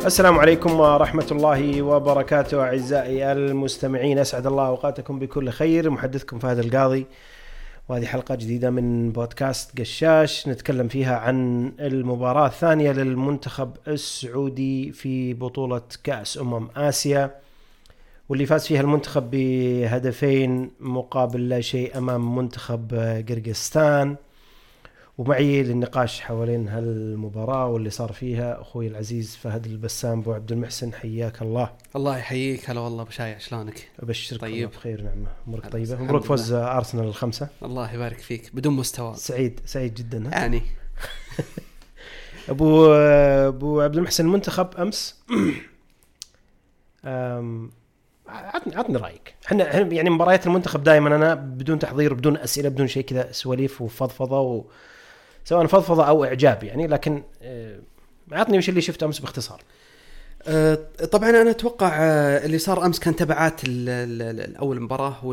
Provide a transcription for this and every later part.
السلام عليكم ورحمة الله وبركاته أعزائي المستمعين، أسعد الله أوقاتكم بكل خير. محدثكم فهد القاضي، وهذه حلقة جديدة من بودكاست قشاش نتكلم فيها عن المباراة الثانية للمنتخب السعودي في بطولة كأس آسيا، واللي فاز فيها المنتخب بهدفين مقابل لا شيء أمام منتخب قرقستان. ومعي للنقاش حوالين هالمباراة واللي صار فيها أخوي العزيز فهد البسام. أبو عبد المحسن، حياك الله. الله يحييك. هلا والله بشايع، شلونك؟ أبشرك طيب بخير، نعمة، أمورك طيبة. مبروك فوز أرسنال 5. الله يبارك فيك، بدون مستوى. سعيد جدا يعني أبو عبد المحسن، المنتخب أمس عطني رأيك. احنا يعني مباريات المنتخب دائما أنا بدون تحضير، بدون أسئلة، بدون شيء كذا، سواليف وفضفضة، سواء فضفضة أو إعجاب يعني. لكن عطني وش اللي شفت أمس باختصار. طبعا أنا أتوقع اللي صار أمس كان تبعات الأول مباراة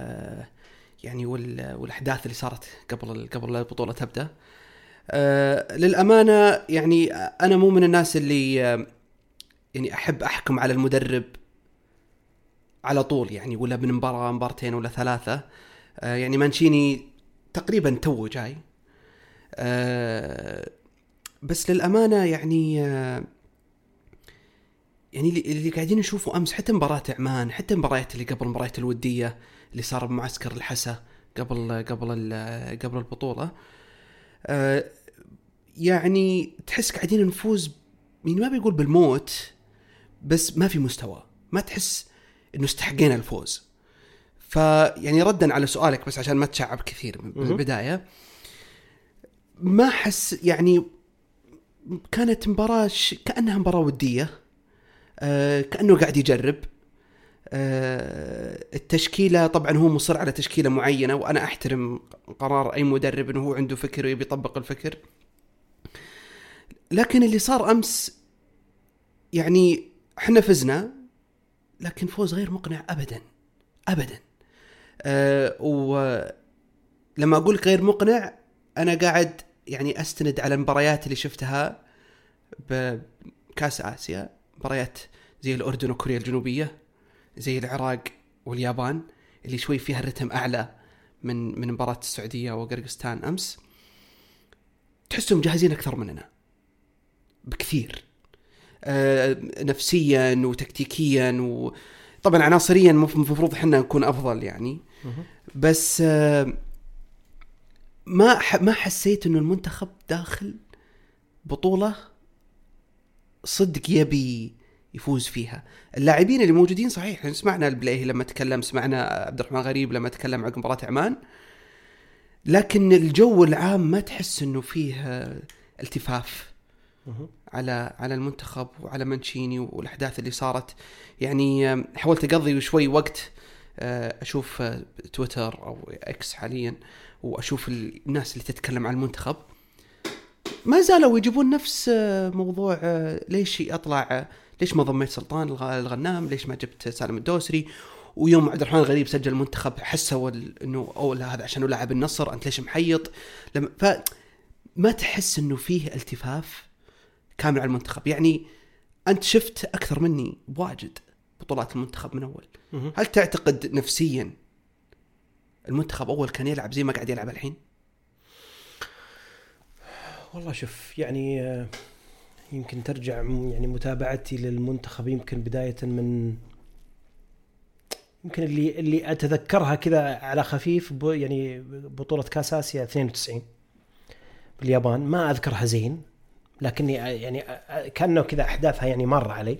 والأحداث اللي صارت قبل البطولة تبدأ. للأمانة يعني أنا مو من الناس اللي يعني أحب أحكم على المدرب على طول، يعني ولا من مبارتين ولا 3. يعني مانشيني تقريبا تو جاي. بس للأمانة يعني اللي قاعدين نشوفه أمس، حتى مباراة عمان، حتى مباريات اللي قبل مباريات الودية اللي صار بمعسكر الحسا قبل البطولة، يعني تحس قاعدين نفوز، يعني ما بيقول بالموت، بس ما في مستوى، ما تحس إنه استحقينا الفوز. فيعني ردا على سؤالك، بس عشان ما تشعب كثير من البداية، ما حس يعني كانت مباراة كأنها مباراة ودية، كأنه قاعد يجرب. التشكيلة طبعا هو مصر على تشكيلة معينة، وأنا أحترم قرار أي مدرب إنه هو عنده فكر ويبي يطبق الفكر. لكن اللي صار أمس يعني حنا فزنا، لكن فوز غير مقنع أبدا. ولما أقول غير مقنع، أنا قاعد يعني أستند على المباريات اللي شفتها بكاس آسيا، مباريات زي الأردن وكوريا الجنوبية، زي العراق واليابان، اللي شوي فيها الرتم أعلى من مباراة السعودية وقرقستان أمس. تحسهم جاهزين أكثر مننا بكثير، نفسيا وتكتيكيا، وطبعا عناصريا مفروض حنا نكون أفضل يعني. بس ما حسيت إنه المنتخب داخل بطولة صدق يبي يفوز فيها. اللاعبين اللي موجودين صحيح، سمعنا البلاهي لما تكلم، سمعنا عبد الرحمن غريب لما تكلم عن مباراة عمان، لكن الجو العام ما تحس إنه فيه التفاف على المنتخب وعلى مانشيني والأحداث اللي صارت. يعني حاولت أقضي شوي وقت أشوف تويتر أو إكس حاليا، وأشوف الناس اللي تتكلم عن المنتخب، ما زالوا يجيبون نفس موضوع ليش أطلع، ليش ما ضميت سلطان الغنام، ليش ما جبت سالم الدوسري. ويوم عبد الرحمن غريب سجل المنتخب حسوا إنه لا، هذا عشان لاعب النصر، أنت ليش محيط. فما تحس إنه فيه التفاف كامل على المنتخب. يعني أنت شفت أكثر مني واجد بطولات المنتخب من أول. هل تعتقد نفسيا المنتخب أول كان يلعب زي ما قاعد يلعب الحين؟ والله شوف، يعني يمكن ترجع يعني متابعتي للمنتخب يمكن بداية من يمكن اللي أتذكرها كذا على خفيف، يعني بطولة كأس آسيا 92 باليابان. ما أذكرها زين، لكني يعني كأنه كذا أحداثها يعني مر علي.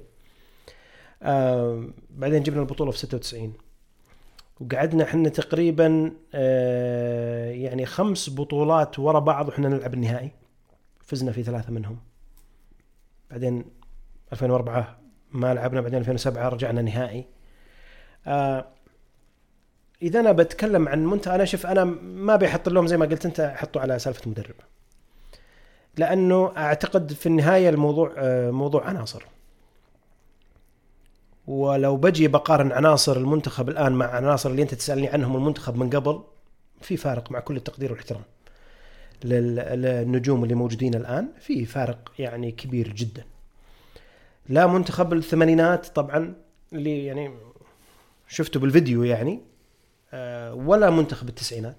بعدين جبنا البطولة في 96، وقعدنا حنا تقريبا يعني 5 بطولات ورا بعض وحنا نلعب النهائي، فزنا في 3 منهم. بعدين 2004 ما لعبنا، بعدين 2007 رجعنا نهائي. إذا أنا بتكلم عن منتخب، أنا شوف، أنا ما بيحط لهم زي ما قلت أنت، حطوا على سالفة مدرب، لأنه أعتقد في النهاية الموضوع موضوع عناصر. ولو بجي بقارن عناصر المنتخب الآن مع عناصر اللي أنت تسألني عنهم المنتخب من قبل، في فارق مع كل التقدير والاحترام للنجوم اللي موجودين الآن، في فارق يعني كبير جدا. لا منتخب الثمانينات طبعا اللي يعني شفته بالفيديو يعني، ولا منتخب التسعينات،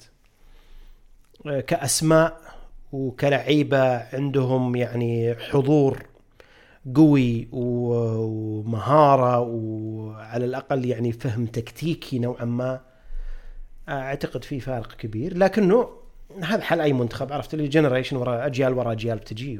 كأسماء وكلعيبة عندهم يعني حضور قوي ومهارة وعلى الأقل يعني فهم تكتيكي نوعا ما، أعتقد فيه فارق كبير. لكنه هذا حل أي منتخب، عرفت اللي جنريشن ورا أجيال بتجي.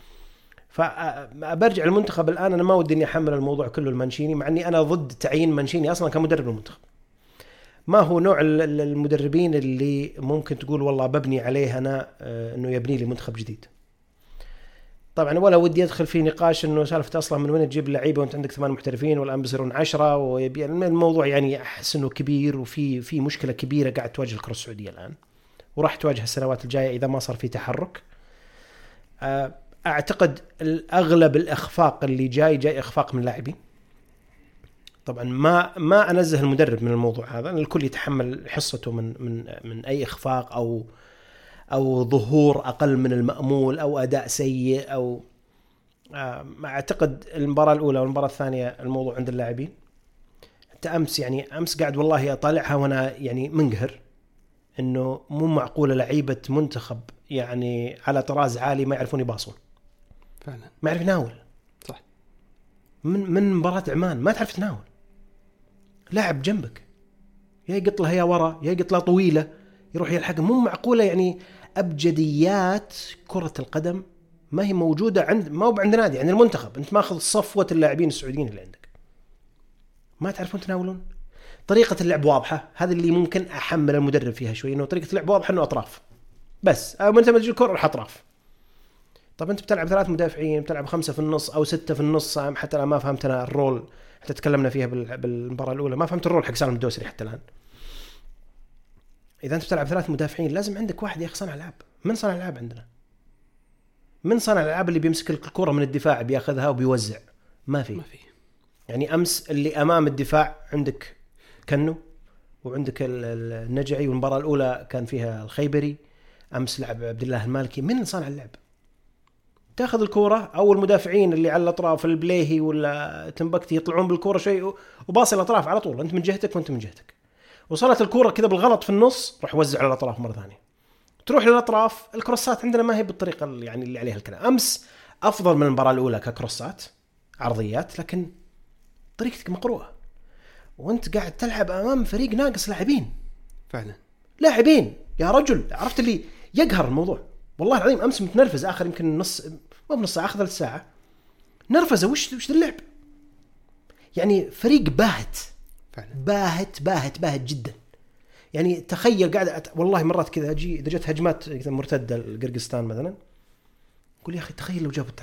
فبرجع المنتخب الآن، أنا ما ودي إني أحمل الموضوع كله المانشيني، مع إني أنا ضد تعيين مانشيني أصلا كمدرب المنتخب. ما هو نوع المدربين اللي ممكن تقول والله ببني عليه أنا إنه يبني لي منتخب جديد. طبعا ولا ودي أدخل في نقاش إنه سالفة أصلا من وين تجيب لعيبة وأنت عندك 8 محترفين والآن بيصيرون 10 ويبي الموضوع يعني أحس إنه كبير، وفي مشكلة كبيرة قاعد تواجه الكرة السعودية الآن وراح تواجه السنوات الجاية إذا ما صار في تحرك. أعتقد الأغلب الإخفاق اللي جاي إخفاق من لاعبين. طبعا ما أنزه المدرب من الموضوع هذا، الكل يتحمل حصته من أي إخفاق أو ظهور أقل من المأمول أو أداء سيء أو أعتقد المباراة الأولى والمباراة الثانية الموضوع عند اللاعبين. حتى أمس قاعد والله أطالعها وأنا يعني منقهر إنه مو معقولة لعيبة منتخب يعني على طراز عالي ما يعرفون يباصون فعلا، ما يعرف يناول. صح. من مباراة عمان ما تعرف تناول، لاعب جنبك يا يقطلها يا ورا يا يقطلها طويلة يروح يلحق. مو معقولة يعني أبجديات كرة القدم ما هي موجودة ما هو عند نادي، عند المنتخب. أنت ماخذ صفوة اللاعبين السعوديين اللي عندك ما تعرفون تناولون. طريقة اللعب واضحة، هذا اللي ممكن أحمل المدرب فيها شوي، إنه طريقة اللعب واضحة إنه أطراف بس، أو من تمسك الكرة راح أطراف. طب أنت بتلعب 3 مدافعين، بتلعب 5 في النص أو 6 في النص، حتى أنا ما فهمت أنا الرول، حتى تكلمنا فيها بالمباراة الأولى ما فهمت الرول حق سالم الدوسري حتى الآن. إذا أنت بتلعب 3 مدافعين لازم عندك واحد يا أخي صانع ألعاب. من صانع الألعاب عندنا؟ من صانع الألعاب اللي بيمسك الكرة من الدفاع بياخذها وبيوزع؟ ما في. يعني أمس اللي أمام الدفاع عندك كنو وعندك النجعي، والمباراة الأولى كان فيها الخيبري، أمس لعب عبد الله المالكي. من صانع اللعب؟ تاخذ الكرة أو المدافعين اللي على الأطراف البليهي ولا تنبكتي يطلعون بالكرة شيء وباصي الأطراف على طول، أنت من جهتك وأنت من جهتك. وصلت الكرة كذا بالغلط في النص روح وزع على الأطراف مرة ثانية، تروح للأطراف. الكروسات عندنا ما هي بالطريقة يعني اللي عليها الكلام. أمس أفضل من المباراة الأولى ككروسات عرضيات، لكن طريقتك مقروءة وأنت قاعد تلعب أمام فريق ناقص لاعبين. فعلا لاعبين يا رجل، عرفت اللي يقهر الموضوع. والله العظيم أمس متنرفز آخر يمكن نص ساعة، أخذ ساعة نرفزة. وش اللعب يعني؟ فريق باهت فعلا. باهت جدا. يعني تخيل قاعد والله مرات كذا أجي إذا جت هجمات مرتدة لقرقستان مثلا، قول يا أخي تخيل لو جابوا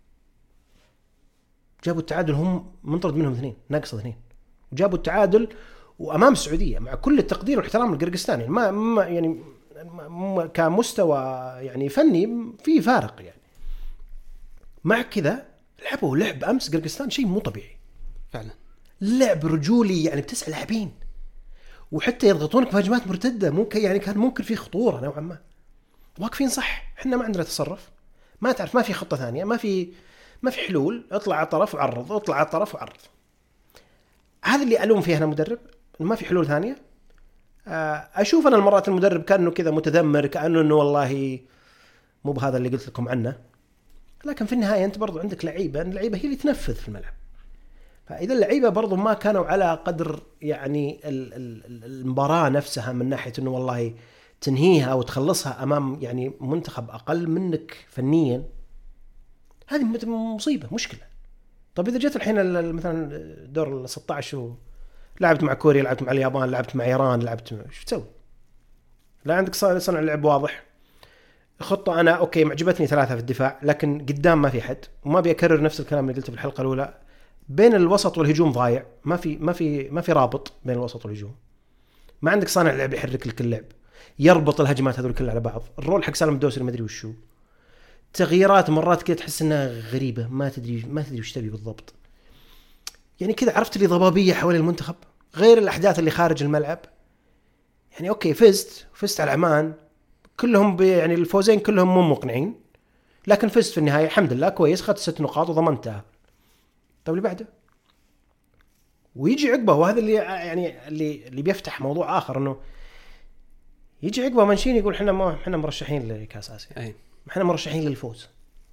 التعادل هم منطرد منهم 2 ناقص 2 وجابوا التعادل وأمام السعودية، مع كل التقدير والاحترام للقرقستان يعني ما يعني كمستوى يعني فني في فارق يعني. مع كذا لعبوا لعب أمس قرقستان شيء مو طبيعي فعلا، لعب رجولي يعني ب9 لاعبين، وحتى يضغطونك في هجمات مرتدة ممكن يعني كان ممكن في خطورة نوعا ما. واقفين صح، احنا ما عندنا تصرف، ما تعرف، ما في خطة ثانية، ما في حلول. اطلع على الطرف وعرض، اطلع على الطرف وعرض. هذا اللي ألوم فيه أنا مدرب، ما في حلول ثانية. أشوف أنا المرات المدرب كأنه كذا متذمر، كأنه والله مو بهذا اللي قلت لكم عنه. لكن في النهاية أنت برضو عندك اللعيبة هي اللي تنفذ في الملعب. فإذا اللعيبة برضو ما كانوا على قدر يعني المباراة نفسها من ناحية أنه والله تنهيها وتخلصها أمام يعني منتخب أقل منك فنيا، هذه مصيبة مشكلة. طب إذا جت الحين مثلا دور 16 لعبت مع كوريا، لعبت مع اليابان، لعبت مع إيران، شو تسوي؟ لا عندك صنع اللعب واضح، خطة. أنا أوكي معجبتني 3 في الدفاع، لكن قدام ما في حد. وما بيكرر نفس الكلام اللي قلته في الحلقة الأولى، بين الوسط والهجوم ضايع، ما في رابط بين الوسط والهجوم. ما عندك صانع لعب يحرك لك اللعب يربط الهجمات هذول كلها على بعض. الرول حق سالم الدوسري ما أدري وشو، تغييرات مرات كده تحس انها غريبة، ما تدري وش تبي بالضبط. يعني كذا عرفت لي ضبابية حوالين المنتخب، غير الأحداث اللي خارج الملعب. يعني أوكي فزت على عمان، كلهم يعني الفوزين كلهم مو مقنعين، لكن فزت في النهاية الحمد لله كويس، خدت 6 نقاط وضمنتها. طب اللي بعده ويجي عقبه. وهذا اللي يعني اللي بيفتح موضوع اخر، انه يجي عقبه مانشيني يقول احنا مرشحين لكاس اسيا، احنا مرشحين للفوز.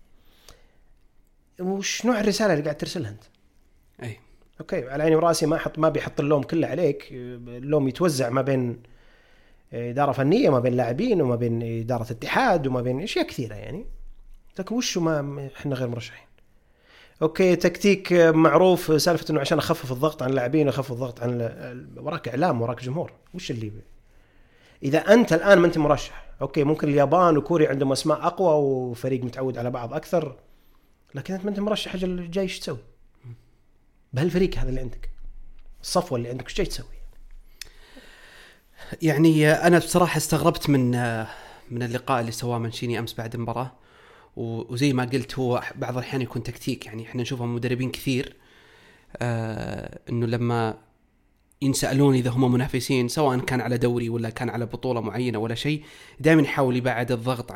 وش نوع الرساله اللي قاعد ترسلها انت؟ اوكي، على عيني وراسي، ما بيحط اللوم كله عليك. اللوم يتوزع ما بين اداره فنيه، ما بين لاعبين، وما بين اداره اتحاد، وما بين اشياء كثيره يعني. لكن وش ما احنا غير مرشحين. اوكي، تكتيك معروف، سالفه انه عشان اخفف الضغط عن اللاعبين واخفف الضغط عن وراك اعلام، وراك جمهور. وش اللي اذا انت الان ما انت مرشح، اوكي ممكن اليابان وكوريا عندهم اسماء اقوى وفريق متعود على بعض اكثر، لكن انت ما انت مرشح. حاجه اللي جاي ايش تسوي بهالفريق هذا اللي عندك، الصفوه اللي عندك، ايش جاي تسوي؟ يعني انا بصراحه استغربت من اللقاء اللي سواه مانشيني امس بعد المباراه. وزي ما قلت، هو بعض الأحيان يكون تكتيك. يعني احنا نشوفها مدربين كثير انه لما ينسألون اذا هم منافسين، سواء كان على دوري ولا كان على بطولة معينة ولا شيء، دائما يحاول يبعد الضغط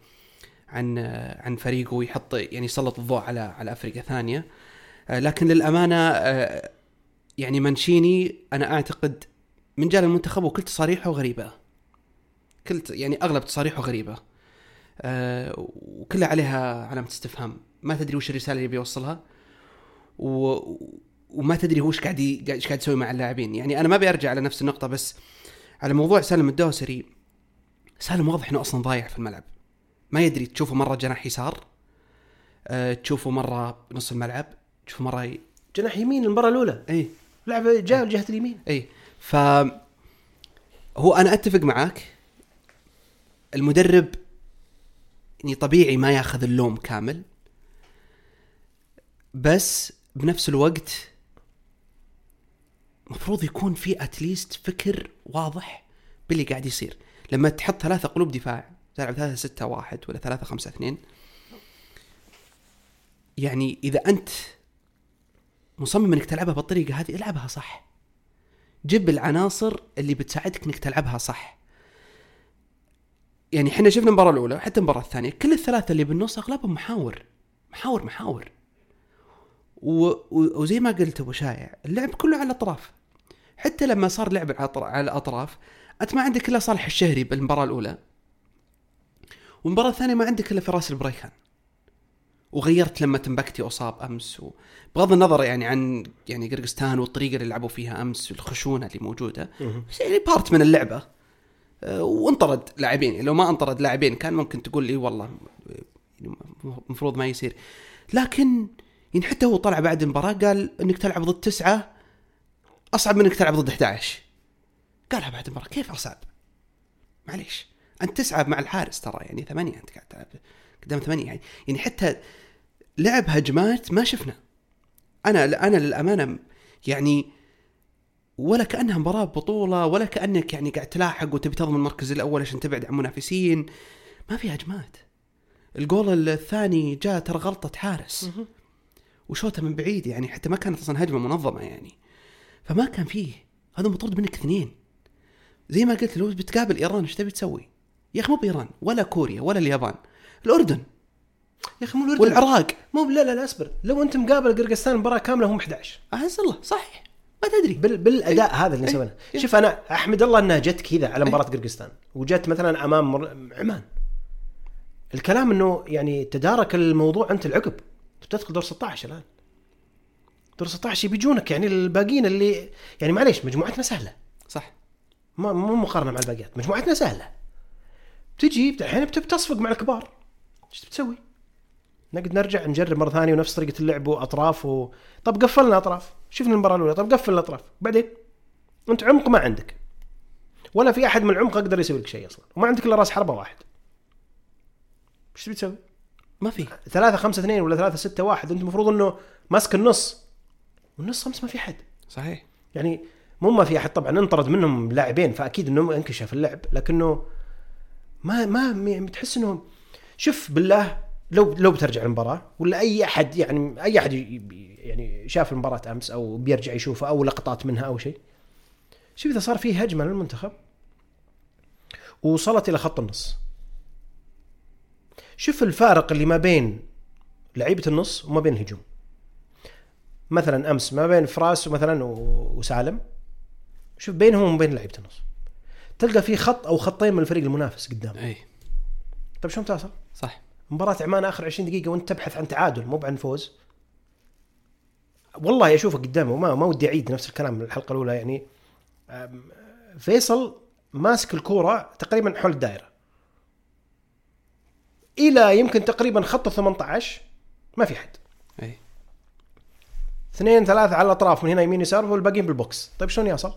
عن فريقه، ويحط يعني يسلط الضوء على افريقيا ثانية. لكن للأمانة يعني مانشيني انا اعتقد من جال المنتخب وكل تصاريحه غريبة، يعني اغلب تصاريحه غريبة، وكلها عليها علامة استفهام. ما تدري وش الرسالة اللي بيوصلها، وما تدري هو ايش قاعد يسوي مع اللاعبين. يعني انا ما بيرجع على نفس النقطة، بس على موضوع سالم الدوسري. سالم واضح انه اصلا ضايع في الملعب، ما يدري. تشوفه مرة جناح يسار، تشوفه مرة نص الملعب، تشوفه مرة جناح يمين. المباراة الأولى لعب جاء جهة اليمين. هو انا اتفق معاك، المدرب يعني طبيعي ما ياخذ اللوم كامل، بس بنفس الوقت مفروض يكون في اتليست فكر واضح باللي قاعد يصير. لما تحط 3 قلوب دفاع، تلعب 3-6-1 ولا 3-5-2، يعني اذا انت مصمم انك تلعبها بالطريقه هذه، العبها صح. جيب العناصر اللي بتساعدك انك تلعبها صح. يعني احنا شفنا المباراه الاولى وحتى المباراه الثانيه، كل الثلاثه اللي بالنص اغلبهم محاور. وزي ما قلت ابو شايع، اللعب كله على الاطراف. حتى لما صار لعب على الاطراف، انت ما عندك الا صالح الشهري بالمباراه الاولى، والمباراه الثانيه ما عندك الا فراس البريخان، وغيرت لما تنبكتي اصاب امس. بغض النظر يعني عن يعني قرقستان والطريقه اللي لعبوا فيها امس، الخشونه اللي موجوده، يعني بارت من اللعبه. وانطرد لاعبين. يعني لو ما انطرد لاعبين كان ممكن تقول لي والله المفروض ما يصير. لكن يعني حتى هو طلع بعد المباراة قال انك تلعب ضد 9 اصعب من انك تلعب ضد 11. قالها بعد المباراة. كيف اصعب؟ معليش، انت 9 مع الحارس ترى، يعني 8 انت قاعد تلعب قدام 8. يعني حتى لعب هجمات ما شفنا. انا للامانة يعني ولا كأنها مباراة بطولة، ولا كأنك يعني قاعد تلاحق وتبي تضمن المركز الأول عشان تبعد عن منافسين. ما في هجمات. الجول الثاني جاء ترى غلطة حارس وشوتها من بعيد، يعني حتى ما كانت أصلا هجمة منظمة يعني. فما كان فيه. هذا مطرد منك 2. زي ما قلت، لو بتقابل إيران ايش تبي تسوي؟ يا أخي مو بإيران ولا كوريا ولا اليابان، الأردن يا أخي مو الأردن والعراق. مو لا أصبر، لو أنت مقابل قرقستان مباراة كاملة هم 11. أحس الله صحيح، ما تدري بالاداء هذا اللي سويناه. شوف انا احمد الله انها جت كذا على مباراه قرقستان، وجت مثلا امام عمان. الكلام انه يعني تدارك الموضوع انت العقب تدخل دور 16. الان دور 16 بيجونك يعني الباقيين اللي يعني معليش مجموعتنا سهله صح، مو مقارنه مع الباقيات. مجموعتنا سهله، تجي الحين بتصفق مع الكبار. ايش بتسوي؟ نقدر نرجع نجرب مرة ثانية ونفس طريقة اللعب وأطراف طب قفلنا أطراف، شفنا المباراة الأولى، طب قفل الأطراف. بعدين أنت عمق ما عندك، ولا في أحد من العمق يقدر يسوي لك شيء أصلا، وما عندك إلا رأس حربة واحد. إيش بتسوي؟ ما في 3-5-2 ولا 3-6-1. أنت مفروض إنه ماسك النص، والنص أمس ما في حد. صحيح. يعني مو ما في أحد طبعا، انطرد منهم لاعبين فأكيد إنه انكشف اللعب، لكنه ما تحس إنه شوف بالله لو بترجع المباراة ولا أي أحد يعني شاف المباراة أمس أو بيرجع يشوفها أو لقطات منها أو شيء، شوف إذا صار فيه هجمة للمنتخب ووصلت إلى خط النص، شوف الفارق اللي ما بين لعيبة النص وما بين الهجوم. مثلا امس ما بين فراس ومثلا وسالم، شوف بينهم وبين لعيبه النص تلقى في خط او خطين من الفريق المنافس قدام. اي طيب شلون تصل؟ صح. مباراة عمان اخر 20 دقيقة وانت تبحث عن تعادل مو عن فوز. والله اشوفه قدامي وما ودي اعيد نفس الكلام من الحلقة الاولى. يعني فيصل ماسك الكورة تقريبا حول الدائرة الى يمكن تقريبا خط 18 ما في حد. اي 2 3 على الاطراف من هنا يمين يسار والباقيين بالبوكس. طيب شلون يصل؟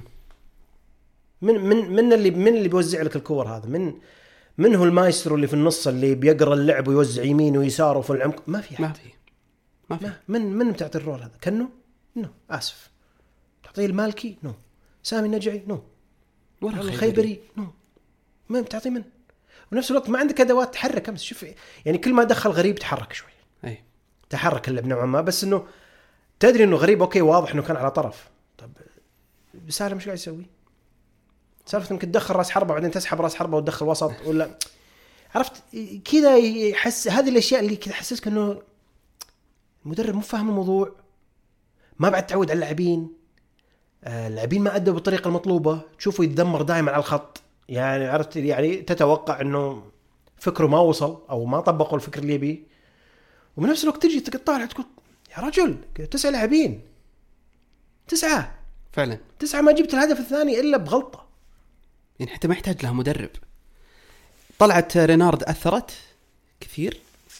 من اللي بيوزع لك الكور هذا؟ من هو المايسترو اللي في النص اللي بيقرا اللعب ويوزع يمين ويسار وفي العمق؟ ما في حد. ما في. من بتعطي الرول هذا؟ كنو؟ نو اسف. تعطيه المالكي؟ نو. سامي النجعي؟ نو. ولا الخيبري؟ نو. ما بتعطي من. ونفس الوقت ما عندك ادوات تحرك. امس شوف يعني كل ما دخل غريب تحرك شوي. اي تحرك اللعب نوعا ما، بس انه تدري انه غريب اوكي واضح انه كان على طرف. طب بسالم ايش قاعد يسوي؟ سالفة انك تدخل راس حربة وبعدين تسحب راس حربة وتدخل وسط ولا عرفت كذا؟ يحس هذه الاشياء اللي كذا حسسك انه المدرب مو فاهم الموضوع، ما بعد تعود على اللاعبين. اللاعبين ما ادوا بالطريقة المطلوبة، تشوفه يتدمر دائما على الخط. يعني عرفت يعني تتوقع انه فكره ما وصل او ما طبقوا الفكر اللي يبيه. ومن نفس الوقت تجي تقطع تقول يا رجل 9 لاعبين 9 فعلا 9 ما جبت الهدف الثاني الا بغلطة. يعني حتى ما يحتاج لها مدرب. طلعت رينارد أثرت كثير.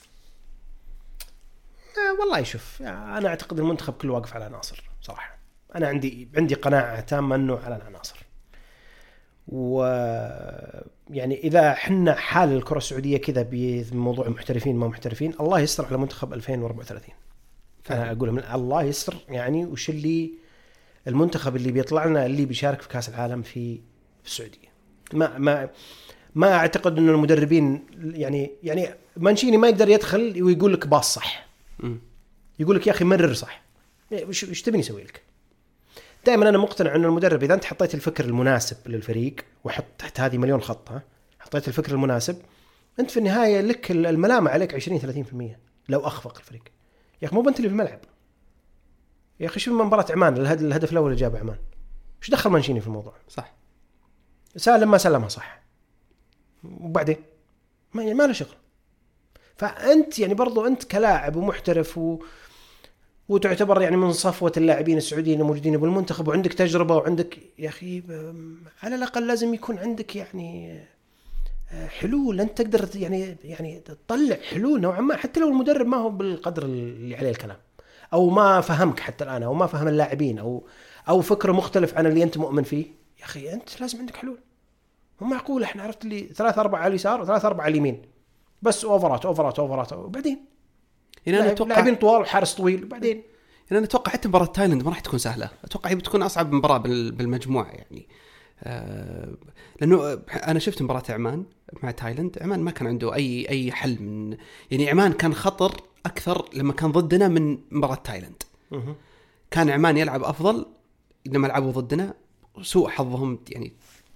والله يشوف أنا أعتقد المنتخب كله واقف على عناصر صراحة. أنا عندي قناعة تامة أنه على العناصر. ويعني إذا حنا حال الكرة السعودية كذا بموضوع محترفين ما محترفين، الله يستر على منتخب 2034. أنا أقول من الله يستر يعني. وش اللي المنتخب اللي بيطلع لنا اللي بيشارك في كأس العالم في السعودية؟ ما اعتقد انه المدربين يعني مانشيني ما يقدر يدخل ويقول لك باص صح. يقول لك يا اخي مرر صح. ايش تبيني اسوي لك؟ دائما انا مقتنع انه المدرب اذا انت حطيت الفكر المناسب للفريق وحط تحت هذه مليون خط، حطيت الفكر المناسب، انت في النهايه لك الملامه عليك 20-30% لو اخفق الفريق. يا اخي مو انت اللي في الملعب. يا اخي شوف مباراه عمان الهدف الاول اللي جابه عمان، ايش دخل مانشيني في الموضوع؟ صح. سالم ما سلمها صح وبعدين ما له شغل. فأنت يعني برضو أنت كلاعب ومحترف وتعتبر يعني من صفوة اللاعبين السعوديين الموجودين بالمنتخب وعندك تجربة وعندك يا أخي على الأقل لازم يكون عندك يعني حلول. أنت تقدر يعني تطلع حلول نوعا ما، حتى لو المدرب ما هو بالقدر اللي عليه الكلام أو ما فهمك حتى الآن أو ما فهم اللاعبين أو فكر مختلف عن اللي أنت مؤمن فيه. يا أخي أنت لازم عندك حلول. مو معقول احنا عرفت اللي 3-4 على اليسار و3-4 على اليمين بس اوفرات وبعدين يعني انا اتوقع لاعبين طوال وحارس طويل وبعدين يعني انا اتوقع حتى مباراه تايلاند ما راح تكون سهله. اتوقع هي بتكون اصعب مباراه بالمجموعه يعني. لانه انا شفت مباراه عمان مع تايلاند. عمان ما كان عنده اي حل من يعني عمان كان خطر اكثر لما كان ضدنا من مباراه تايلاند. كان عمان يلعب افضل لما لعبوا ضدنا. سوء حظهم يعني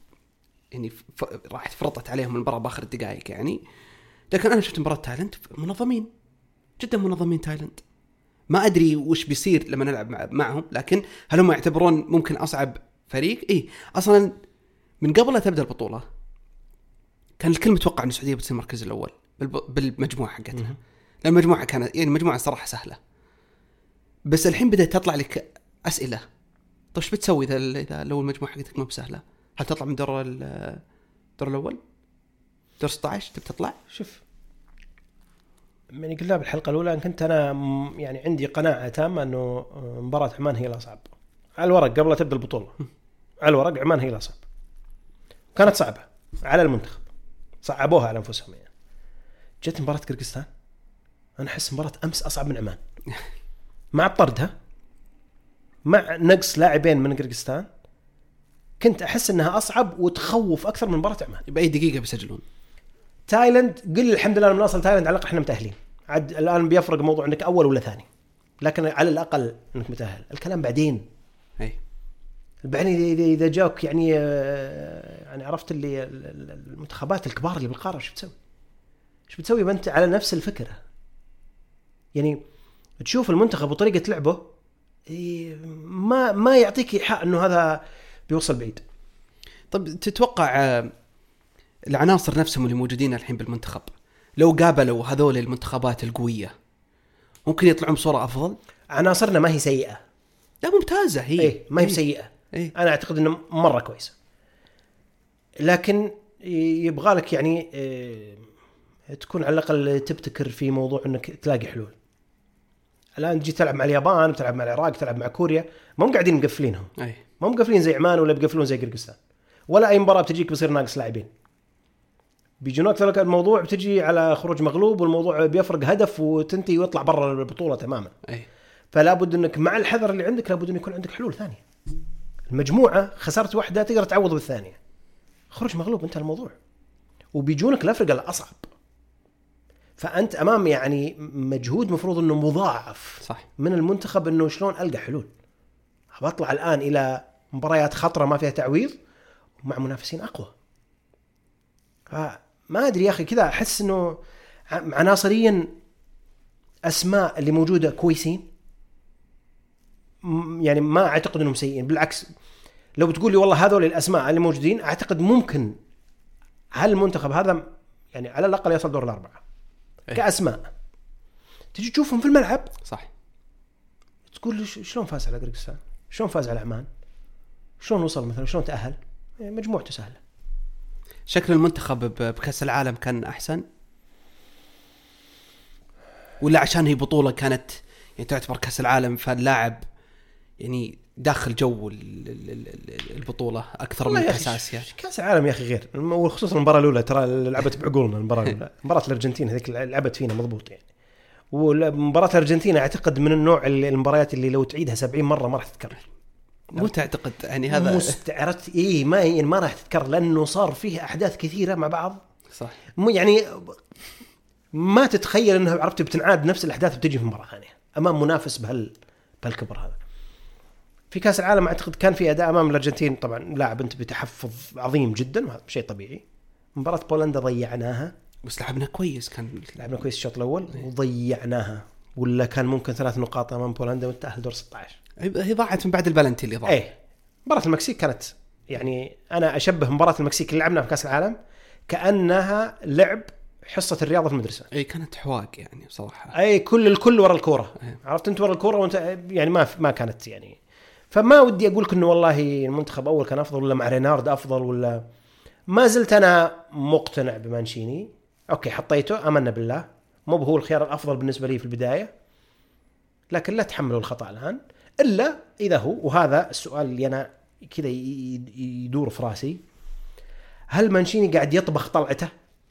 راح فرطت عليهم المباراة بآخر الدقائق يعني. لكن أنا شفت مباراة تايلاند منظمين جدا، منظمين تايلاند. ما أدري وش بيصير لما نلعب معهم، لكن هل هم يعتبرون ممكن أصعب فريق؟ إيه أصلا من قبل لا تبدأ البطولة كان الكل متوقع أن السعودية بتصير المركز الأول بالمجموعة حقتها. لأن المجموعة كانت يعني مجموعة صراحة سهلة، بس الحين بدأت تطلع لك أسئلة. طيب ايش بتسوي إذا لو المجموعة حقتك ما بسهلة؟ هل تطلع من الدور الأول؟ دور 16 تبي تطلع؟ شوف من قلنا بالحلقة الأولى أن كنت أنا يعني عندي قناعة تامة أنه مباراة عمان هي الأصعب على الورق قبل تبدأ البطولة. على الورق عمان هي الأصعب، كانت صعبة على المنتخب، صعبوها على أنفسهم يعني. جت مباراة كيرغستان أنا أحس مباراة أمس أصعب من عمان مع طردها، مع نقص لاعبين من كيرغستان. كنت أحس أنها أصعب وتخوف أكثر من مباراة عمان. بأي دقيقة بيسجلون. تايلاند قل الحمد لله من أصل تايلاند على الأقل إحنا متأهلين. عاد الآن بيفرق موضوع أنك أول ولا ثاني، لكن على الأقل أنك متأهل. الكلام بعدين. بعدين إذا جاك يعني عرفت اللي المنتخبات الكبار اللي بالقارة إيش بتسوي بنت على نفس الفكرة. يعني تشوف المنتخب وطريقة لعبه ما يعطيك إيحاء انه هذا بيوصل بعيد. طب تتوقع العناصر نفسهم اللي موجودين الحين بالمنتخب لو قابلوا هذول المنتخبات القوية ممكن يطلعون بصورة أفضل؟ عناصرنا ما هي سيئة، لا ممتازة هي. ما هي سيئة. أنا أعتقد إنه مرة كويسة، لكن يبغالك يعني تكون على الأقل تبتكر في موضوع إنك تلاقي حلول. الآن تجي تلعب مع اليابان، تلعب مع العراق، تلعب مع كوريا، ما هم قاعدين مقفلينهم، ما هم مقفلين زي عمان ولا بيقفلون زي قرقستان، ولا أي مباراة بتجيك بصير ناقص لاعبين، بيجونك ذلك الموضوع بتجي على خروج مغلوب والموضوع بيفرق هدف وتنتهي ويطلع برا البطولة تماما. فلا بد انك مع الحذر اللي عندك لابد ان يكون عندك حلول ثانية. المجموعة خسرت واحدة تقدر تعوض بالثانية، خروج مغلوب انتهى الموضوع، وبيجونك الأفرقة الأصعب، فأنت أمام يعني مجهود مفروض انه مضاعف صح من المنتخب انه شلون ألقى حلول. بطلع الآن إلى مباريات خطرة ما فيها تعويض مع منافسين أقوى. ما أدري يا أخي كذا أحس إنه عناصريا أسماء اللي موجودة كويسين، يعني ما أعتقد إنهم سيئين، بالعكس لو بتقول لي والله هذول الأسماء اللي موجودين أعتقد ممكن هالمنتخب هذا يعني على الأقل يصل دور الأربعة كأسماء. تجي تشوفهم في الملعب صح تقول شلون فاز على قرقستان، شلون فاز على عمان، شلون وصل مثلا، شلون تأهل، مجموعته سهلة. شكل المنتخب بكأس العالم كان أحسن ولا عشان هي بطولة كانت يعني تعتبر كأس العالم فاللاعب يعني داخل جو البطولة أكثر من كأس آسيا؟ كأس العالم يا أخي غير، وخصوصا المباراة الأولى ترى لعبت بعقولنا. المباراة الأولى مباراة الأرجنتين هذيك لعبت فينا مضبوط يعني، ومباراة الأرجنتين أعتقد من النوع المباريات اللي لو تعيدها 70 مرة ما راح تتكرر. مو تعتقد يعني هذا مستعرت ما راح تتكرر لأنه صار فيه أحداث كثيرة مع بعض. صح يعني ما تتخيل أنها عرفت بتنعاد نفس الأحداث بتجي في مباراة ثانية أمام منافس بهالكبر هذا. في كأس العالم أعتقد كان في أداء أمام الأرجنتين طبعا لاعب أنت بتحفظ عظيم جدا وهذا شيء طبيعي. مباراة بولندا ضيعناها بس لعبنا كويس، لعبنا كويس الشوط الأول وضيعناها، ولا كان ممكن 3 نقاط أمام بولندا وتأهل دور 16. هي ضاعت من بعد البلنتي اللي ضاع. مباراة المكسيك كانت يعني أنا أشبه مباراة المكسيك اللي لعبناها في كأس العالم كأنها لعب حصة الرياضة في المدرسة. كانت حواق يعني صراحة. الكل ورا الكورة. عرفت أنت ورا الكورة وأنت يعني ما كانت يعني. فما ودي أقولك إنه والله المنتخب أول كان أفضل ولا مع رينارد أفضل، ولا ما زلت أنا مقتنع بمانشيني. أوكي حطيته أمنا بالله، مو هو الخيار الأفضل بالنسبة لي في البداية، لكن لا تحملوا الخطأ الآن إلا إذا هو، وهذا السؤال اللي أنا كذا يدور في راسي، هل مانشيني قاعد يطبخ طلعته؟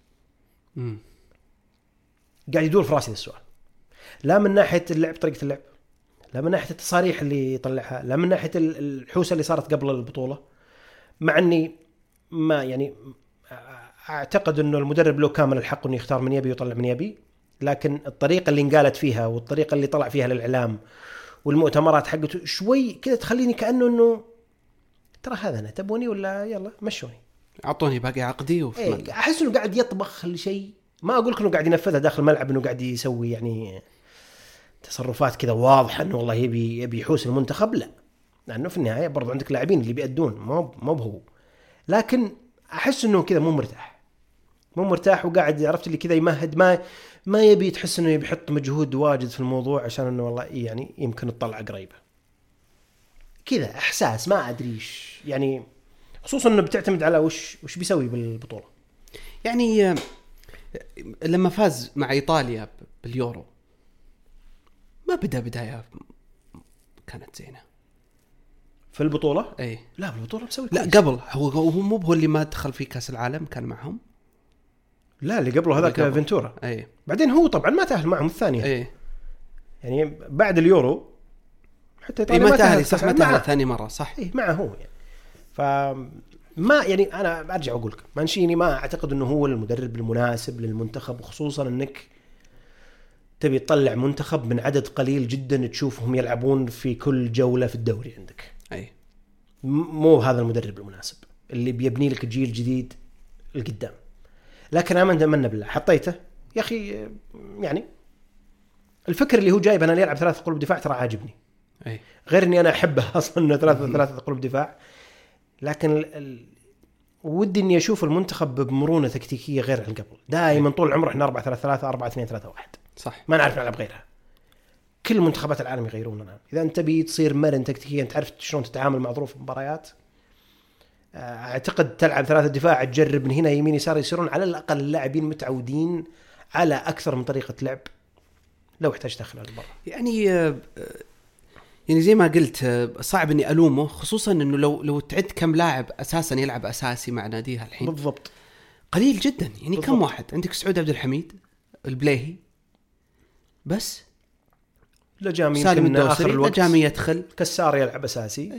قاعد يدور في راسي السؤال، لا من ناحية اللعب طريقة اللعب، لا من ناحية التصاريح اللي يطلعها، لا من ناحية الحوسة اللي صارت قبل البطولة. مع أني ما يعني أعتقد أنه المدرب له كامل الحق أنه يختار من يبي ويطلع من يبي، لكن الطريقة اللي انقالت فيها والطريقة اللي طلع فيها للإعلام والمؤتمرات حقته شوي كذا تخليني كأنه أنه ترى هذا أنا تبوني ولا يلا مشوني أعطوني باقي عقدي أحس أنه قاعد يطبخ لشيء. ما أقول أنه قاعد ينفذها داخل الملعب، أنه قاعد يسوي يعني تصرفات كذا واضحة أنه والله يبي يحوس المنتخب، لا، لأنه في النهاية برضو عندك لاعبين اللي بيأدون ما بهو، لكن أحس أنه كذا مو مرتاح وقاعد عرفت اللي كذا يمهد، ما يبي تحس أنه يبي يحط مجهود واجد في الموضوع عشان أنه والله يعني يمكن تطلع قريبة كذا إحساس ما أدريش يعني، خصوصا أنه بتعتمد على وش بيسوي بالبطولة. يعني لما فاز مع إيطاليا باليورو ما بداية كانت زينة في البطولة. لا بالبطولة مسوي لا كويس. قبل هو مو اللي ما دخل في كأس العالم كان معهم. لا اللي قبله هذاك فينتورا. بعدين هو طبعا ما تأهل معهم الثانية. يعني بعد اليورو حتى إيطاليا ما تأهل صح، ما تأهل ثاني مرة صح. معه هو يعني. فما يعني أنا أرجع أقولك مانشيني ما أعتقد أنه هو المدرب المناسب للمنتخب، وخصوصا أنك تبي تطلع منتخب من عدد قليل جدا تشوفهم يلعبون في كل جولة في الدوري عندك. مو هذا المدرب المناسب اللي بيبني لك جيل جديد القدام. لكن آمنا بالله حطيته يا أخي، يعني الفكر اللي هو جايب أنا اللي يلعب 3 قلوب دفاع ترى عاجبني. أي. غير اني انا احبها اصلا انه 3 قلوب دفاع، لكن ودي اني اشوف المنتخب بمرونه تكتيكيه غير عن قبل. دائما طول العمر احنا 4-3-3 4-2-3-1 صح، ما نعرف نلعب غيرها. كل منتخبات العالم يغيرون الان. اذا انت تبي تصير مرن تكتيكيا، انت عرفت شلون تتعامل مع ظروف المباريات، اعتقد تلعب 3 دفاع، تجرب من هنا يمين يسار، يصيرون على الاقل اللاعبين متعودين على اكثر من طريقه لعب لو احتاج دخل المباراه. يعني زي ما قلت صعب اني الومه، خصوصا انه لو تعد كم لاعب اساسا يلعب اساسي مع ناديها الحين بالضبط قليل جدا. يعني بالضبط. كم واحد عندك؟ سعود عبد الحميد، البلاهي بس، لجامي سالم يمكن الدوسري، اخر الوقت لجامي يدخل، كسار يلعب اساسي،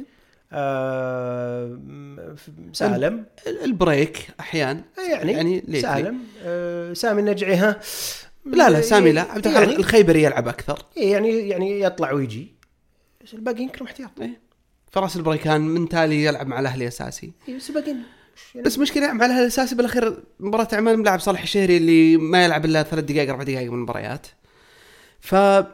سالم البريك احيان يعني سالم، سامي النجعي ها لا سامي لا، عبد الحليم يعني الخيبري يلعب اكثر، يعني يطلع ويجي، بس الباقي يمكن احتياط. فراس البريكان من تالي يلعب مع الاهلي اساسي، بس مشكله مع الاهلي الاساسي بالاخير مباراه عمان ملعب صالح الشهري اللي ما يلعب الا 3 دقائق 4 دقائق من المباريات. ف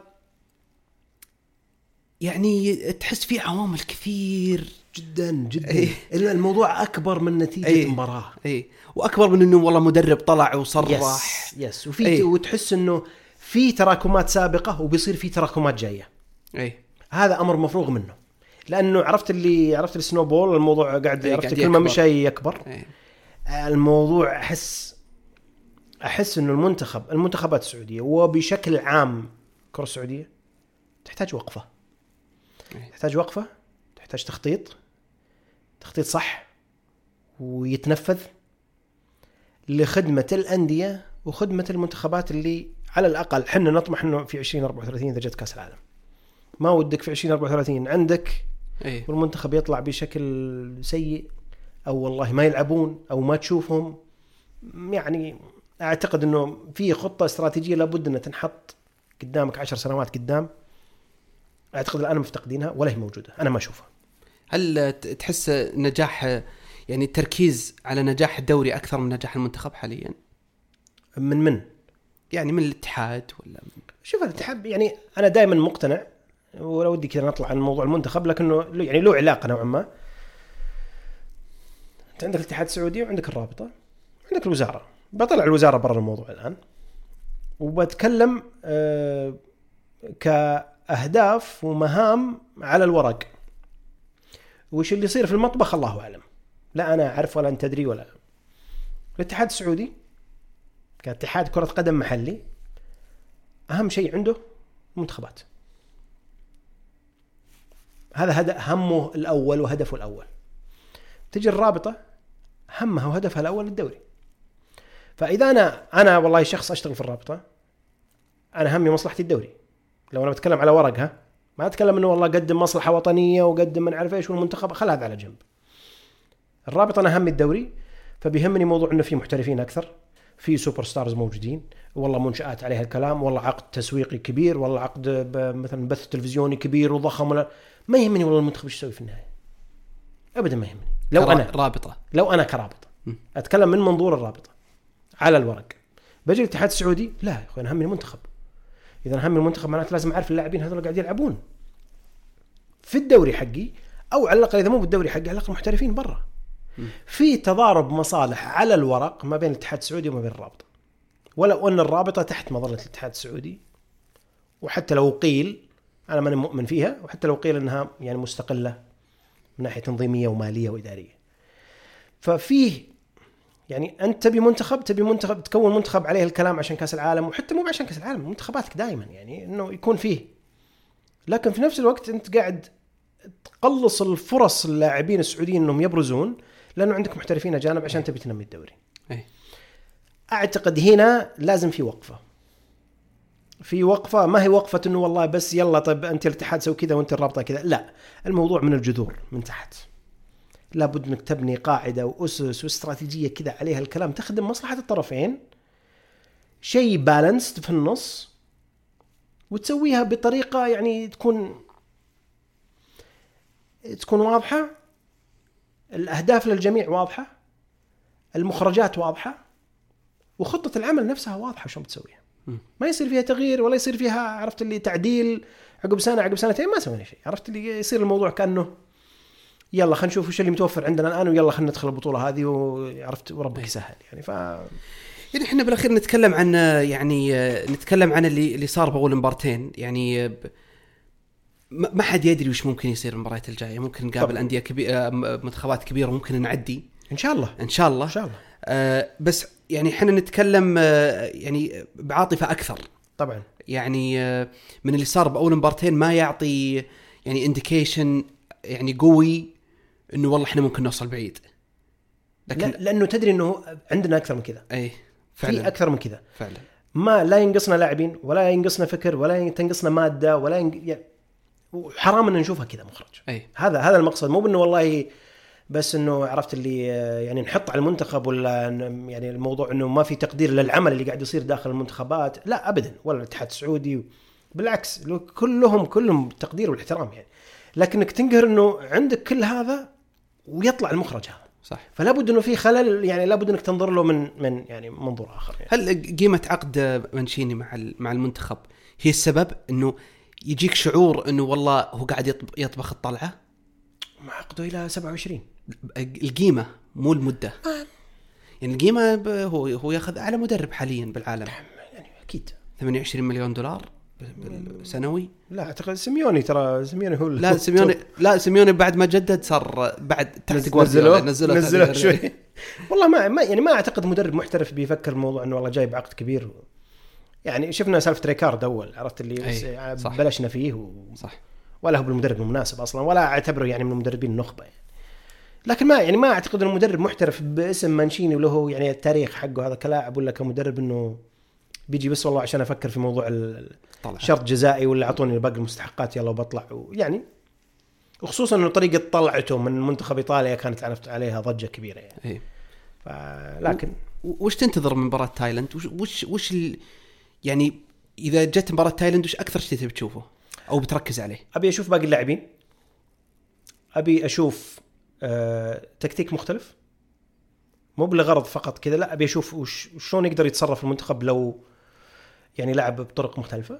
يعني تحس في عوامل كثير جدا الموضوع اكبر من نتيجه مباراه، واكبر من انه والله مدرب طلع وصرح يس وفي وتحس انه في تراكمات سابقه وبيصير في تراكمات جايه. هذا امر مفروغ منه، لانه عرفت السنوبول، الموضوع قاعد عرفت كل ما مشى يكبر. الموضوع احس انه المنتخبات السعوديه وبشكل عام الكره السعوديه تحتاج وقفه، تحتاج تخطيط صح ويتنفذ لخدمة الأندية وخدمة المنتخبات اللي على الأقل حنا نطمح إنه في 2034 إذا جت كأس العالم، ما ودك في 2034 عندك والمنتخب يطلع بشكل سيء أو والله ما يلعبون أو ما تشوفهم. يعني أعتقد إنه في خطة استراتيجية لابد أن تنحط قدامك 10 سنوات قدام، أعتقد الآن مفتقدينها ولا هي موجودة، أنا ما أشوفها. هل تحس نجاح يعني التركيز على نجاح الدوري أكثر من نجاح المنتخب حاليا؟ من يعني من الاتحاد ولا من؟ شوف الاتحاد، يعني أنا دائما مقتنع، ولو ودي كذا نطلع عن موضوع المنتخب لكنه يعني له علاقة نوعا ما. أنت عندك الاتحاد السعودي وعندك الرابطة وعندك الوزارة. بطلع الوزارة برا الموضوع الآن وبتكلم كأهداف ومهام على الورق، وش اللي يصير في المطبخ الله أعلم، لا أنا أعرف ولا أنت تدري ولا. الاتحاد السعودي كاتحاد كرة قدم محلي أهم شيء عنده منتخبات، هذا همه الأول وهدفه الأول. تجي الرابطة همها وهدفها الأول الدوري. فإذا أنا والله شخص أشتغل في الرابطة، أنا همي مصلحة الدوري. لو أنا بتكلم على ورقها، ما أتكلم إنه والله قدم مصلحة وطنية وقدم من عارف إيش والمنتخب، خل هذا على جنب. الرابطة أنا همي الدوري، فبيهمني موضوع إنه في محترفين أكثر، في سوبر ستارز موجودين، والله منشآت عليها الكلام، والله عقد تسويقي كبير، والله عقد مثلا بث تلفزيوني كبير وضخم، ولا ما يهمني والله المنتخب إيش يسوي في النهاية، أبدا ما يهمني. لو أنا كرابطة أتكلم من منظور الرابطة على الورق. بجي الاتحاد السعودي، لا يا أخوي أنا همي المنتخب. إذا همي المنتخب معناته لازم أعرف اللاعبين هذول قاعد يلعبون في الدوري حقي، أو على الأقل إذا مو بالدوري حقي على الأقل محترفين برا. في تضارب مصالح على الورق ما بين الاتحاد السعودي وما بين الرابطة، ولو أن الرابطة تحت مظلة الاتحاد السعودي، وحتى لو قيل أنا ماني مؤمن فيها، وحتى لو قيل أنها يعني مستقلة من ناحية تنظيمية ومالية وإدارية. ففيه يعني أنت تبي منتخب تكون منتخب عليه الكلام عشان كأس العالم، وحتى مو عشان كأس العالم، منتخباتك دائما يعني إنه يكون فيه، لكن في نفس الوقت أنت قاعد تقلص الفرص اللاعبين السعوديين إنهم يبرزون، لأنه عندك محترفين أجانب عشان تبي تنمي الدوري. أعتقد هنا لازم في وقفة ما هي وقفة إنه والله بس يلا طيب أنت الاتحاد سوي كذا وأنت الرابطة كذا، لا، الموضوع من الجذور من تحت. لابد انك تبني قاعدة وأسس واستراتيجية كذا عليها الكلام تخدم مصلحة الطرفين، شيء بالانسد في النص، وتسويها بطريقة يعني تكون واضحة، الأهداف للجميع واضحة، المخرجات واضحة، وخطة العمل نفسها واضحة شلون بتسويها. ما يصير فيها تغيير ولا يصير فيها عرفت اللي تعديل عقب سنة عقب سنتين، ما سوينا شيء. عرفت اللي يصير الموضوع كأنه يلا خلينا نشوف وش اللي متوفر عندنا الآن ويلا خلينا ندخل البطولة هذه وعرفت وربك يسهل يعني. يعني احنا بالاخير نتكلم عن نتكلم عن اللي صار بأول مبارتين يعني. ما حد يدري وش ممكن يصير المباريات الجايه. ممكن نقابل انديه كبيره، منتخبات كبيره، ممكن نعدي ان شاء الله ان شاء الله ان شاء الله. بس يعني احنا نتكلم يعني بعاطفه اكثر طبعا. يعني من اللي صار باول مبارتين ما يعطي يعني انديكيشن يعني قوي انه والله احنا ممكن نوصل بعيد. لكن لانه تدري انه عندنا اكثر من كذا. اي فعلا في اكثر من كذا فعلا. ما لا ينقصنا لاعبين ولا ينقصنا فكر ولا تنقصنا ماده ولا يعني حرام ان نشوفها كذا مخرج. هذا المقصد، مو بانه والله بس انه عرفت اللي يعني نحط على المنتخب ولا يعني الموضوع انه ما في تقدير للعمل اللي قاعد يصير داخل المنتخبات، لا ابدا، ولا الاتحاد السعودي، بالعكس كلهم تقدير والاحترام يعني. لكنك تنقهر انه عندك كل هذا ويطلع المخرج هذا صح. فلا بد انه في خلل يعني، لا بد انك تنظر له من يعني منظور اخر يعني. هل قيمه عقد منشيني مع المنتخب هي السبب انه يجيك شعور انه والله هو قاعد يطبخ الطلعه؟ ما عقده الى 27. القيمه مو المده يعني. القيمه هو ياخذ اعلى مدرب حاليا بالعالم يعني اكيد 28 مليون دولار سنوي. لا اعتقد سيميوني، ترى سيميوني هو لا سيميوني بعد ما جدد صار بعد تحت جوارديولا نزلوه شوي. والله ما يعني ما اعتقد مدرب محترف بيفكر الموضوع انه والله جايب عقد كبير يعني. شفنا سالفه ريكارد اول، عرفت اللي بلشنا فيه صح. ولا هو بالمدرب المناسب اصلا، ولا اعتبره يعني من المدربين النخبه يعني. لكن ما اعتقد انه مدرب محترف باسم مانشيني وله يعني التاريخ حقه هذا كلاعب ولا كمدرب انه بيجي بس والله عشان افكر في موضوع الشرط جزائي ولا اعطوني باقي المستحقات يلا وبطلع يعني. وخصوصا انه طريقه طلعته من منتخب ايطاليا كانت عرفت عليها ضجه كبيره يعني. لكن وش تنتظر من مباراه تايلاند؟ وش يعني اذا جت مباراه تايلاند وش اكثر شيء تبي تشوفه او بتركز عليه؟ ابي اشوف باقي اللاعبين، ابي اشوف تكتيك مختلف مو بالغرض فقط كذا، لا ابي اشوف شلون يقدر يتصرف المنتخب لو يعني لعب بطرق مختلفه.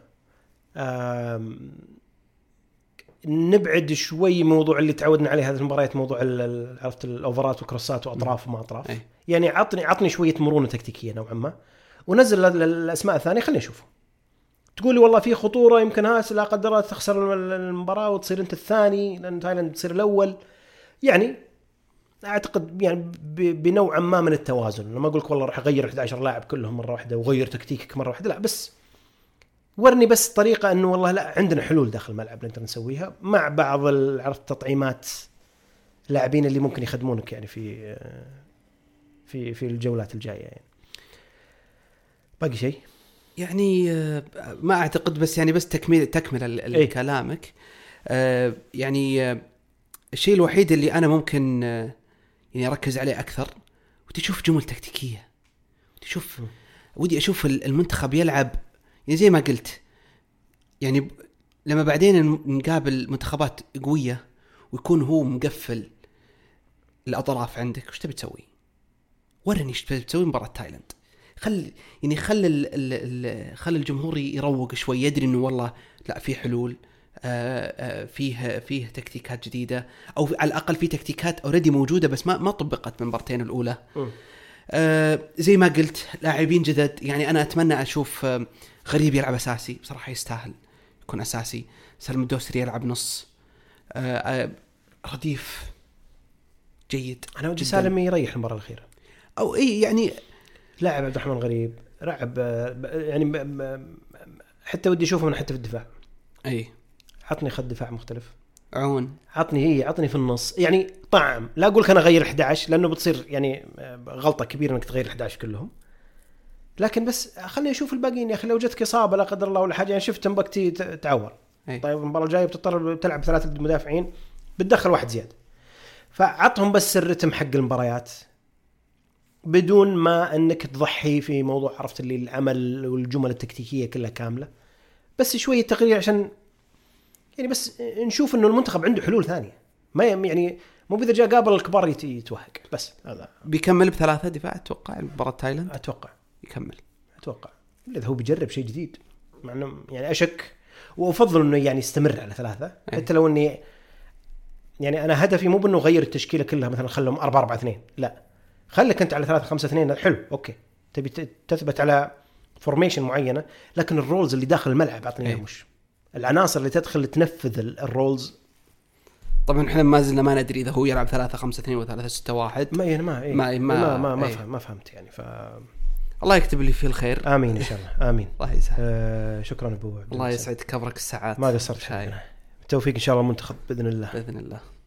نبعد شوي موضوع اللي تعودنا عليه هذه المباريات، موضوع عرفت الاوفرات وكروسات واطراف وما اطراف يعني. عطني شويه مرونه تكتيكيه نوعا ما، ونزل الاسماء الثانيه خلينا نشوفه. تقولي والله في خطوره يمكن لا قدر الله تخسر المباراه وتصير انت الثاني لان تايلاند تصير الاول يعني. اعتقد يعني بنوعا ما من التوازن. لما اقول لك والله راح اغير 11 لاعب كلهم مره واحده وغير تكتيكك مره واحده، لا بس ورني بس طريقه انه والله لا عندنا حلول داخل الملعب نقدر نسويها مع بعض عرفت تطعيمات لاعبين اللي ممكن يخدمونك يعني في الجولات الجايه يعني. باقي شيء يعني ما اعتقد، بس يعني بس تكمل كلامك يعني. الشيء الوحيد اللي انا ممكن يعني اركز عليه اكثر وتشوف جمل تكتيكيه، وتشوف ودي اشوف المنتخب يلعب يعني زي ما قلت يعني. لما بعدين نقابل منتخبات قويه ويكون هو مقفل الاطراف عندك، وش تبي تسوي؟ ورني ايش تبي تسوي مباراه تايلاند. خل الجمهور يروق شوي، يدري انه والله لا في حلول، فيه تكتيكات جديدة، أو على الأقل في تكتيكات أوريدي موجودة بس ما طبقت من المبارتين الأولى. زي ما قلت لاعبين جدد يعني. أنا أتمنى أشوف غريب يلعب أساسي، بصراحة يستاهل يكون أساسي. سلم الدوسري يلعب نص. رديف جيد. أنا ودي سالم يريح المباراة الأخيرة أو يعني لاعب عبد الرحمن غريب لعب يعني حتى ودي أشوفه من حتى في الدفاع. عطني خط دفاع مختلف، عطني في النص يعني طعم. لا أقولك أنا غير 11 لأنه بتصير يعني غلطة كبيرة إنك تغير 11 كلهم، لكن بس خلني أشوف الباقيين يا أخي. لو جتك إصابة لا قدر الله ولا حاجة يعني، شفت تنبكتي تعور طيب المباراة الجاية بتضطر تلعب 3 مدافعين بتدخل واحد زيادة، فعطهم بس الرتم حق المباريات بدون ما أنك تضحي في موضوع عرفت اللي العمل والجمل التكتيكية كلها كاملة، بس شوية تغيير عشان يعني بس نشوف انه المنتخب عنده حلول ثانيه. ما يعني مو اذا جاء قابل الكبار يتوهق بس. هذا بيكمل ب3 دفاع اتوقع مباراه تايلاند. اتوقع يكمل، اتوقع اذا هو بيجرب شيء جديد، مع انه يعني اشك، وافضل انه يعني يستمر على 3 حتى لو اني يعني انا هدفي مو بانه غير التشكيله كلها مثلا خلهم 4-4-2، لا خليك انت على 3-5-2 حلو اوكي، تبي تثبت على فورميشن معينه، لكن الرولز اللي داخل الملعب اعطني مش العناصر اللي تدخل تنفذ الرولز. طبعا احنا ما زلنا ما ندري اذا هو يلعب 3-5-2 و 3-6-1. ما فهمت يعني. الله يكتب لي فيه الخير، امين ان شاء الله. امين. الله يسعدك. شكرا ابو عبد. الله يسعد كبرك الساعات. ما قصرت. بالتوفيق ان شاء الله المنتخب باذن الله. باذن الله.